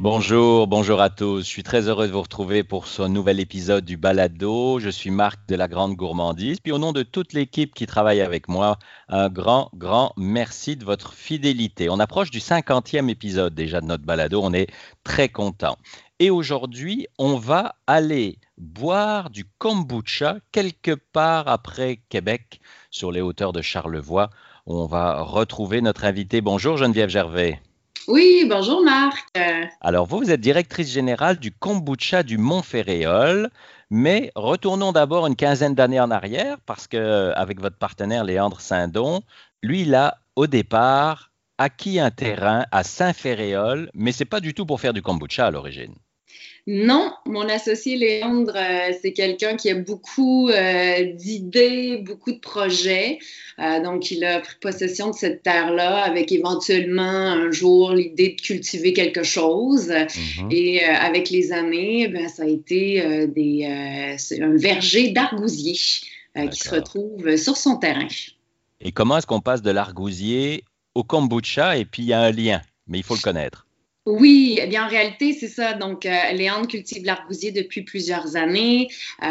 Bonjour, bonjour à tous. Je suis très heureux de vous retrouver pour ce nouvel épisode du Balado. Je suis Marc de la Grande Gourmandise. Puis au nom de toute l'équipe qui travaille avec moi, un grand merci de votre fidélité. On approche du 50e épisode déjà de notre Balado. On est très content. Et aujourd'hui, on va aller boire du kombucha quelque part après Québec, sur les hauteurs de Charlevoix, où on va retrouver notre invité. Bonjour Geneviève Gervais. Oui, bonjour Marc. Alors, vous êtes directrice générale du kombucha du Mont-Ferréol, mais retournons d'abord une quinzaine d'années en arrière, parce que avec votre partenaire Léandre Saint-Don, lui, il a au départ acquis un terrain à Saint-Ferréol, mais c'est pas du tout pour faire du kombucha à l'origine. Non, mon associé Léandre, c'est quelqu'un qui a beaucoup d'idées, beaucoup de projets. Donc, il a pris possession de cette terre-là avec éventuellement un jour l'idée de cultiver quelque chose. Mhm. Et avec les années, ben, ça a été c'est un verger d'argousiers qui se D'accord. retrouve sur son terrain. Et comment est-ce qu'on passe de l'argousier au kombucha? Et puis, il y a un lien, mais il faut le connaître. Oui, eh bien en réalité, c'est ça. Donc, Léandre cultive l'argousier depuis plusieurs années.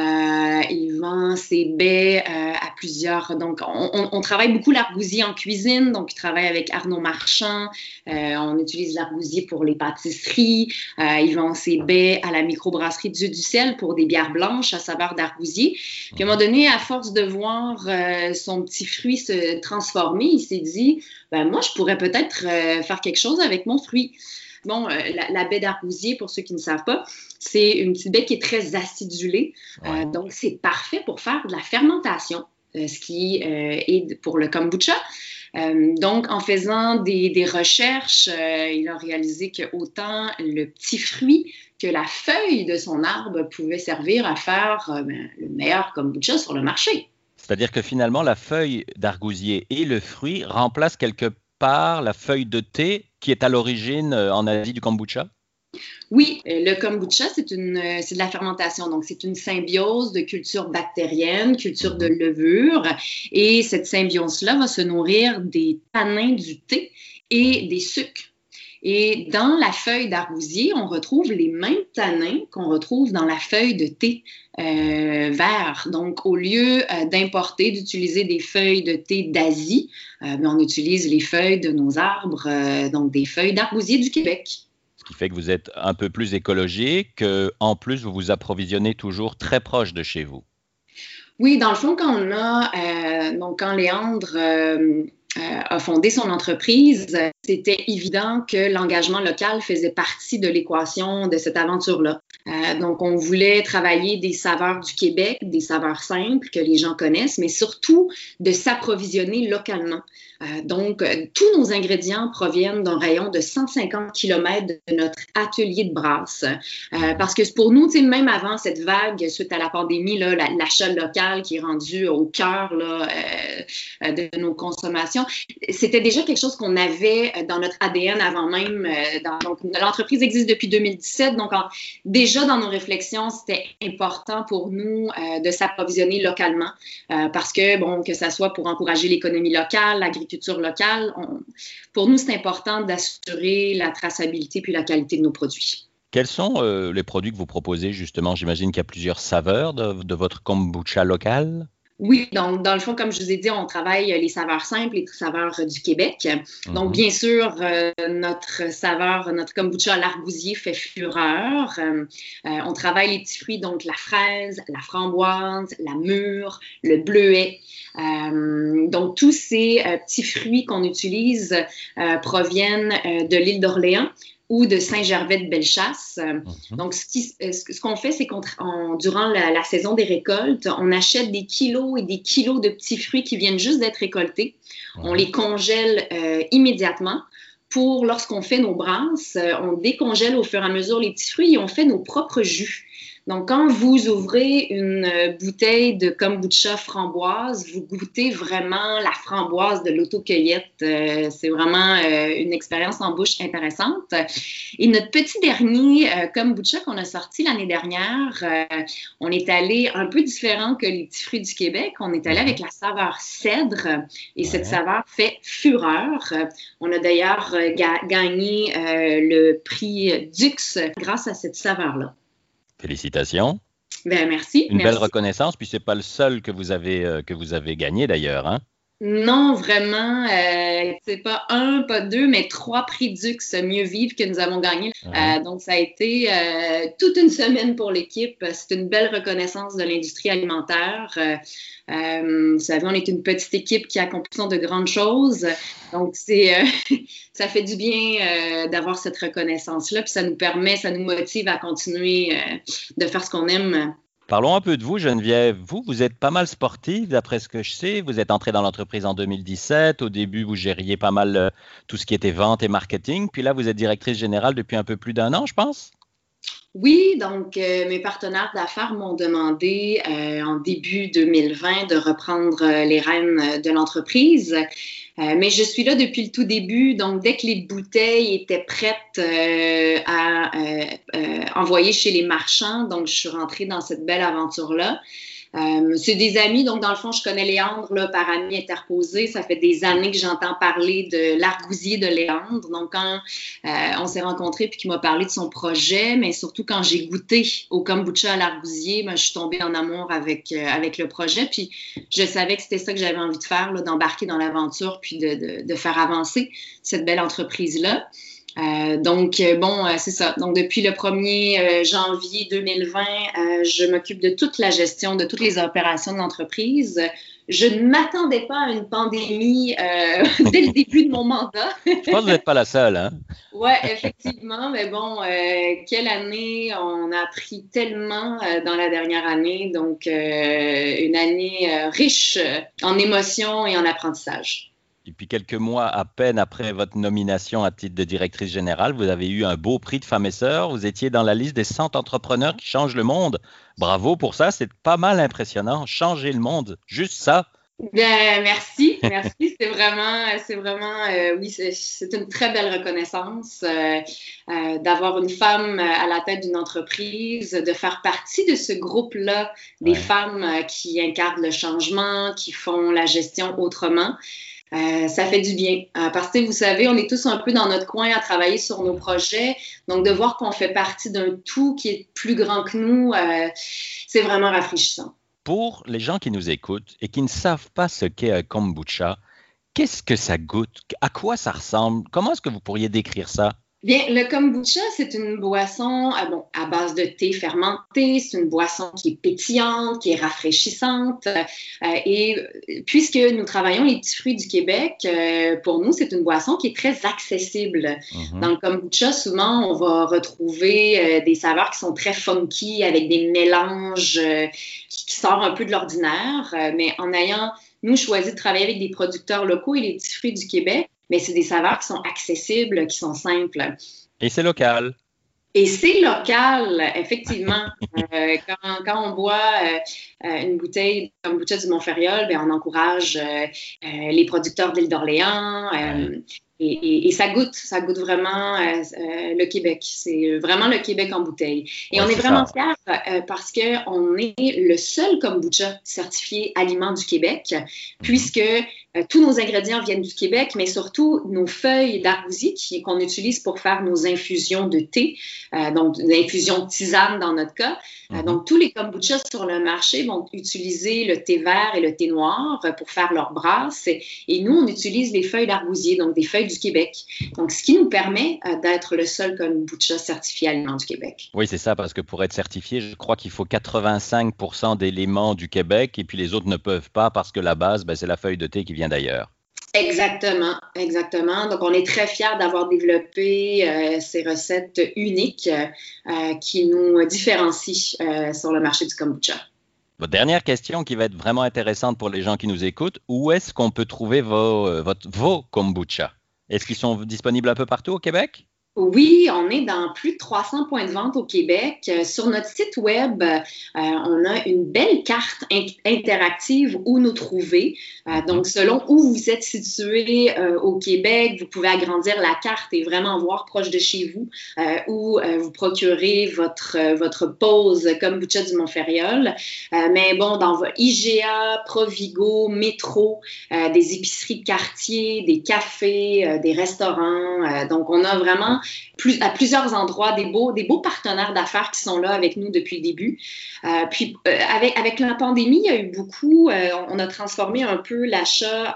Il vend ses baies à plusieurs. Donc, on travaille beaucoup l'argousier en cuisine. Donc, il travaille avec Arnaud Marchand. On utilise l'argousier pour les pâtisseries. Il vend ses baies à la microbrasserie Dieu du Ciel pour des bières blanches à saveur d'argousier. Puis, à un moment Mhm. donné, à force de voir son petit fruit se transformer, il s'est dit, ben, moi, je pourrais peut-être faire quelque chose avec mon fruit. Bon, la baie d'argousier, pour ceux qui ne savent pas, c'est une petite baie qui est très acidulée. Ouais. Donc, c'est parfait pour faire de la fermentation, ce qui est pour le kombucha. Donc, en faisant des recherches, il a réalisé que autant le petit fruit que la feuille de son arbre pouvaient servir à faire le meilleur kombucha sur le marché. C'est-à-dire que finalement, la feuille d'argousier et le fruit remplacent quelque part la feuille de thé qui est à l'origine en Asie du kombucha? Oui, le kombucha, c'est de la fermentation. Donc, c'est une symbiose de culture bactérienne, culture de Mhm. levure. Et cette symbiose-là va se nourrir des tanins du thé et des sucres. Et dans la feuille d'argousier, on retrouve les mêmes tanins qu'on retrouve dans la feuille de thé vert. Donc, au lieu d'importer, d'utiliser des feuilles de thé d'Asie, on utilise les feuilles de nos arbres, donc des feuilles d'argousier du Québec. Ce qui fait que vous êtes un peu plus écologique, que en plus vous vous approvisionnez toujours très proche de chez vous. Oui, dans le fond, quand Léandre a fondé son entreprise, c'était évident que l'engagement local faisait partie de l'équation de cette aventure-là. Donc, on voulait travailler des saveurs du Québec, des saveurs simples que les gens connaissent, mais surtout de s'approvisionner localement. Tous nos ingrédients proviennent d'un rayon de 150 km de notre atelier de brasse. Mhm. Parce que pour nous, même avant cette vague suite à la pandémie, là, l'achat local qui est rendu au cœur là, de nos consommations, c'était déjà quelque chose qu'on avait dans notre ADN avant même. Donc, l'entreprise existe depuis 2017, donc déjà dans nos réflexions, c'était important pour nous de s'approvisionner localement parce que, bon, que ça soit pour encourager l'économie locale, l'agriculture locale, pour nous, c'est important d'assurer la traçabilité puis la qualité de nos produits. Quels sont les produits que vous proposez justement? J'imagine qu'il y a plusieurs saveurs de votre kombucha local. Oui, donc dans le fond, comme je vous ai dit, on travaille les saveurs simples, les saveurs du Québec. Donc, Mhm. bien sûr, notre kombucha à l'argousier fait fureur. On travaille les petits fruits, donc la fraise, la framboise, la mûre, le bleuet. Donc, tous ces petits fruits qu'on utilise proviennent de l'île d'Orléans ou de Saint-Gervais-de-Bellechasse. Mhm. Donc, ce qu'on fait, c'est durant la saison des récoltes, on achète des kilos et des kilos de petits fruits qui viennent juste d'être récoltés. On Ouais. les congèle immédiatement. Lorsqu'on fait nos brasses, on décongèle au fur et à mesure les petits fruits et on fait nos propres jus. Donc, quand vous ouvrez une bouteille de kombucha framboise, vous goûtez vraiment la framboise de l'autocueillette. C'est vraiment une expérience en bouche intéressante. Et notre petit dernier kombucha qu'on a sorti l'année dernière, on est allé un peu différent que les petits fruits du Québec. On est allé avec la saveur cèdre et cette saveur fait fureur. On a d'ailleurs gagné le prix Dux grâce à cette saveur-là. Félicitations. Ben, merci. Une belle reconnaissance, puis c'est pas le seul que vous avez gagné d'ailleurs, hein? Non, vraiment, c'est pas un, pas deux, mais 3 prix Dux Mieux Vivre que nous avons gagné. Donc, ça a été toute une semaine pour l'équipe. C'est une belle reconnaissance de l'industrie alimentaire. Vous savez, on est une petite équipe qui accomplit de grandes choses. Donc, ça fait du bien d'avoir cette reconnaissance-là. Puis ça nous motive à continuer de faire ce qu'on aime. Parlons un peu de vous, Geneviève. Vous êtes pas mal sportive, d'après ce que je sais. Vous êtes entrée dans l'entreprise en 2017. Au début, vous gériez pas mal tout ce qui était vente et marketing. Puis là, vous êtes directrice générale depuis un peu plus d'1 an, je pense. Oui, donc mes partenaires d'affaires m'ont demandé en début 2020 de reprendre les rênes de l'entreprise. Mais je suis là depuis le tout début, donc dès que les bouteilles étaient prêtes à envoyer chez les marchands, donc je suis rentrée dans cette belle aventure-là. C'est des amis, donc dans le fond, je connais Léandre là, par ami interposé. Ça fait des années que j'entends parler de l'argousier de Léandre. Donc, quand on s'est rencontrés puis qu'il m'a parlé de son projet, mais surtout quand j'ai goûté au kombucha à l'argousier, je suis tombée en amour avec le projet. Puis, je savais que c'était ça que j'avais envie de faire, là, d'embarquer dans l'aventure puis de faire avancer cette belle entreprise-là. C'est ça. Donc, depuis le 1er janvier 2020, je m'occupe de toute la gestion de toutes les opérations de l'entreprise. Je ne m'attendais pas à une pandémie dès le début de mon mandat. Je pense que vous n'êtes pas la seule, hein? Oui, effectivement. Mais bon, quelle année! On a appris tellement dans la dernière année. Donc, une année riche en émotions et en apprentissage. Et puis quelques mois à peine après votre nomination à titre de directrice générale, vous avez eu un beau prix de Femmes et Sœurs. Vous étiez dans la liste des 100 entrepreneurs qui changent le monde. Bravo pour ça, c'est pas mal impressionnant. Changer le monde, juste ça. Bien, merci. C'est vraiment, oui, c'est une très belle reconnaissance d'avoir une femme à la tête d'une entreprise, de faire partie de ce groupe-là, des femmes qui incarnent le changement, qui font la gestion autrement. Ça fait du bien. Parce que, vous savez, on est tous un peu dans notre coin à travailler sur nos projets. Donc, de voir qu'on fait partie d'un tout qui est plus grand que nous, c'est vraiment rafraîchissant. Pour les gens qui nous écoutent et qui ne savent pas ce qu'est un kombucha, qu'est-ce que ça goûte? À quoi ça ressemble? Comment est-ce que vous pourriez décrire ça? Bien, le kombucha, c'est une boisson à base de thé fermenté. C'est une boisson qui est pétillante, qui est rafraîchissante. Et puisque nous travaillons les petits fruits du Québec, pour nous, c'est une boisson qui est très accessible. Dans le kombucha, souvent, on va retrouver des saveurs qui sont très funky, avec des mélanges qui sortent un peu de l'ordinaire. Mais en ayant, nous, choisi de travailler avec des producteurs locaux et les petits fruits du Québec, mais c'est des saveurs qui sont accessibles, qui sont simples. Et c'est local. Et c'est local, effectivement. Quand on boit une bouteille de kombucha du Mont-Ferriol, on encourage les producteurs d'Île d'Orléans. Et ça goûte vraiment le Québec. C'est vraiment le Québec en bouteille. Et on est vraiment fiers parce qu'on est le seul kombucha certifié aliment du Québec, puisque tous nos ingrédients viennent du Québec, mais surtout nos feuilles d'arbousier qu'on utilise pour faire nos infusions de thé, donc l'infusion de tisane dans notre cas. Donc, tous les kombuchas sur le marché vont utiliser le thé vert et le thé noir pour faire leur brasse. Et nous, on utilise les feuilles d'arbousier, donc des feuilles du Québec. Donc, ce qui nous permet d'être le seul kombucha certifié aliment du Québec. Oui, c'est ça, parce que pour être certifié, je crois qu'il faut 85% d'éléments du Québec et puis les autres ne peuvent pas parce que la base, c'est la feuille de thé qui vient d'ailleurs. Exactement. Donc, on est très fiers d'avoir développé ces recettes uniques qui nous différencient sur le marché du kombucha. Votre dernière question qui va être vraiment intéressante pour les gens qui nous écoutent, où est-ce qu'on peut trouver vos kombucha? Est-ce qu'ils sont disponibles un peu partout au Québec? Oui, on est dans plus de 300 points de vente au Québec. Sur notre site web, on a une belle carte interactive où nous trouver. Donc, selon où vous êtes situé au Québec, vous pouvez agrandir la carte et vraiment voir proche de chez vous où vous procurez votre pause kombucha du Mont-Ferréol. Mais bon, dans IGA, Provigo, Métro, des épiceries de quartier, des cafés, des restaurants. Donc, on a vraiment à plusieurs endroits des beaux partenaires d'affaires qui sont là avec nous depuis le début. Avec la pandémie, il y a eu beaucoup, on a transformé un peu l'achat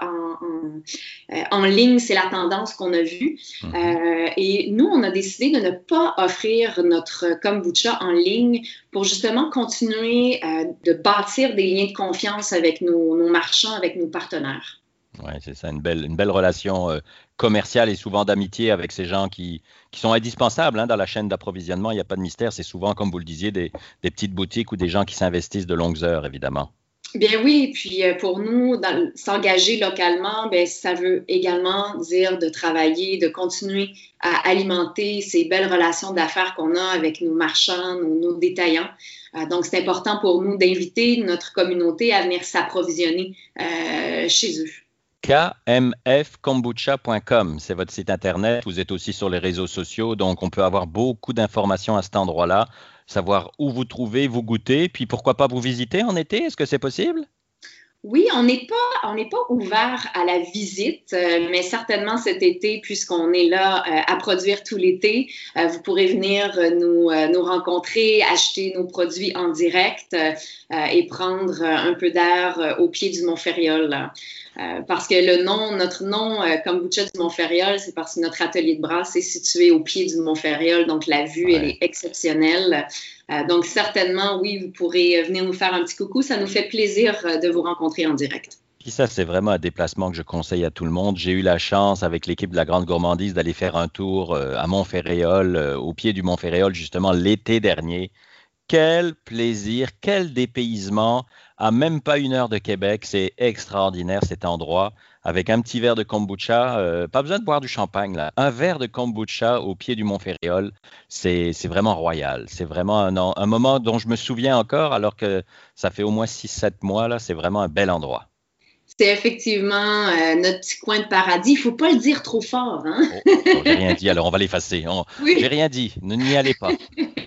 en ligne, c'est la tendance qu'on a vue. Et nous, on a décidé de ne pas offrir notre kombucha en ligne pour justement continuer de bâtir des liens de confiance avec nos marchands, avec nos partenaires. Oui, c'est ça, une belle relation commerciale et souvent d'amitié avec ces gens qui sont indispensables dans la chaîne d'approvisionnement. Il n'y a pas de mystère, c'est souvent, comme vous le disiez, des petites boutiques ou des gens qui s'investissent de longues heures, évidemment. Bien oui, puis pour nous, s'engager localement, bien, ça veut également dire de travailler, de continuer à alimenter ces belles relations d'affaires qu'on a avec nos marchands, nos détaillants. Donc, c'est important pour nous d'inviter notre communauté à venir s'approvisionner chez eux. kmfkombucha.com, c'est votre site internet. Vous êtes aussi sur les réseaux sociaux, donc on peut avoir beaucoup d'informations à cet endroit-là, savoir où vous trouvez, vous goûter, puis pourquoi pas vous visiter en été. Est-ce que c'est possible? Oui, on n'est pas ouvert à la visite, mais certainement cet été, puisqu'on est là à produire tout l'été, vous pourrez venir nous rencontrer, acheter nos produits en direct et prendre un peu d'air au pied du Mont-Ferréol. Parce que notre nom, Kombucha du Mont-Ferréol, c'est parce que notre atelier de brasse est situé au pied du Mont-Ferréol, donc la vue, elle est exceptionnelle. Donc, certainement, oui, vous pourrez venir nous faire un petit coucou. Ça nous fait plaisir de vous rencontrer en direct. Puis ça, c'est vraiment un déplacement que je conseille à tout le monde. J'ai eu la chance, avec l'équipe de la Grande Gourmandise, d'aller faire un tour à Mont-Ferréol, au pied du Mont-Ferréol, justement, l'été dernier. Quel plaisir, quel dépaysement. À même pas 1 heure de Québec, c'est extraordinaire cet endroit. Avec un petit verre de kombucha, pas besoin de boire du champagne là. Un verre de kombucha au pied du Mont-Ferréol, c'est vraiment royal. C'est vraiment un moment dont je me souviens encore, alors que ça fait au moins 6-7 mois là. C'est vraiment un bel endroit. C'est effectivement notre petit coin de paradis. Il ne faut pas le dire trop fort, hein? Oh, j'ai rien dit, alors on va l'effacer. Oui. J'ai rien dit, n'y allez pas.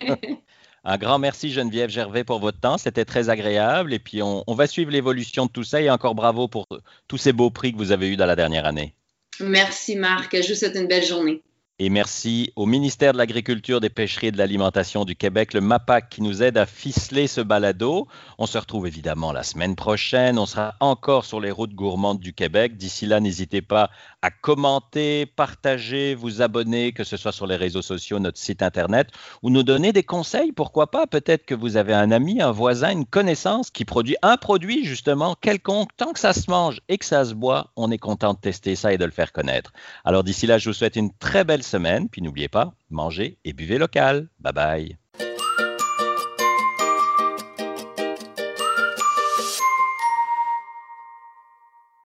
Un grand merci Geneviève Gervais pour votre temps, c'était très agréable et puis on va suivre l'évolution de tout ça et encore bravo pour tous ces beaux prix que vous avez eus dans la dernière année. Merci Marc, je vous souhaite une belle journée. Et merci au ministère de l'Agriculture, des Pêcheries et de l'Alimentation du Québec, le MAPAC, qui nous aide à ficeler ce balado. On se retrouve évidemment la semaine prochaine. On sera encore sur les routes gourmandes du Québec. D'ici là, n'hésitez pas à commenter, partager, vous abonner, que ce soit sur les réseaux sociaux, notre site Internet, ou nous donner des conseils. Pourquoi pas? Peut-être que vous avez un ami, un voisin, une connaissance qui produit un produit justement quelconque. Tant que ça se mange et que ça se boit, on est content de tester ça et de le faire connaître. Alors d'ici là, je vous souhaite une très belle semaine. Puis n'oubliez pas, mangez et buvez local. Bye bye.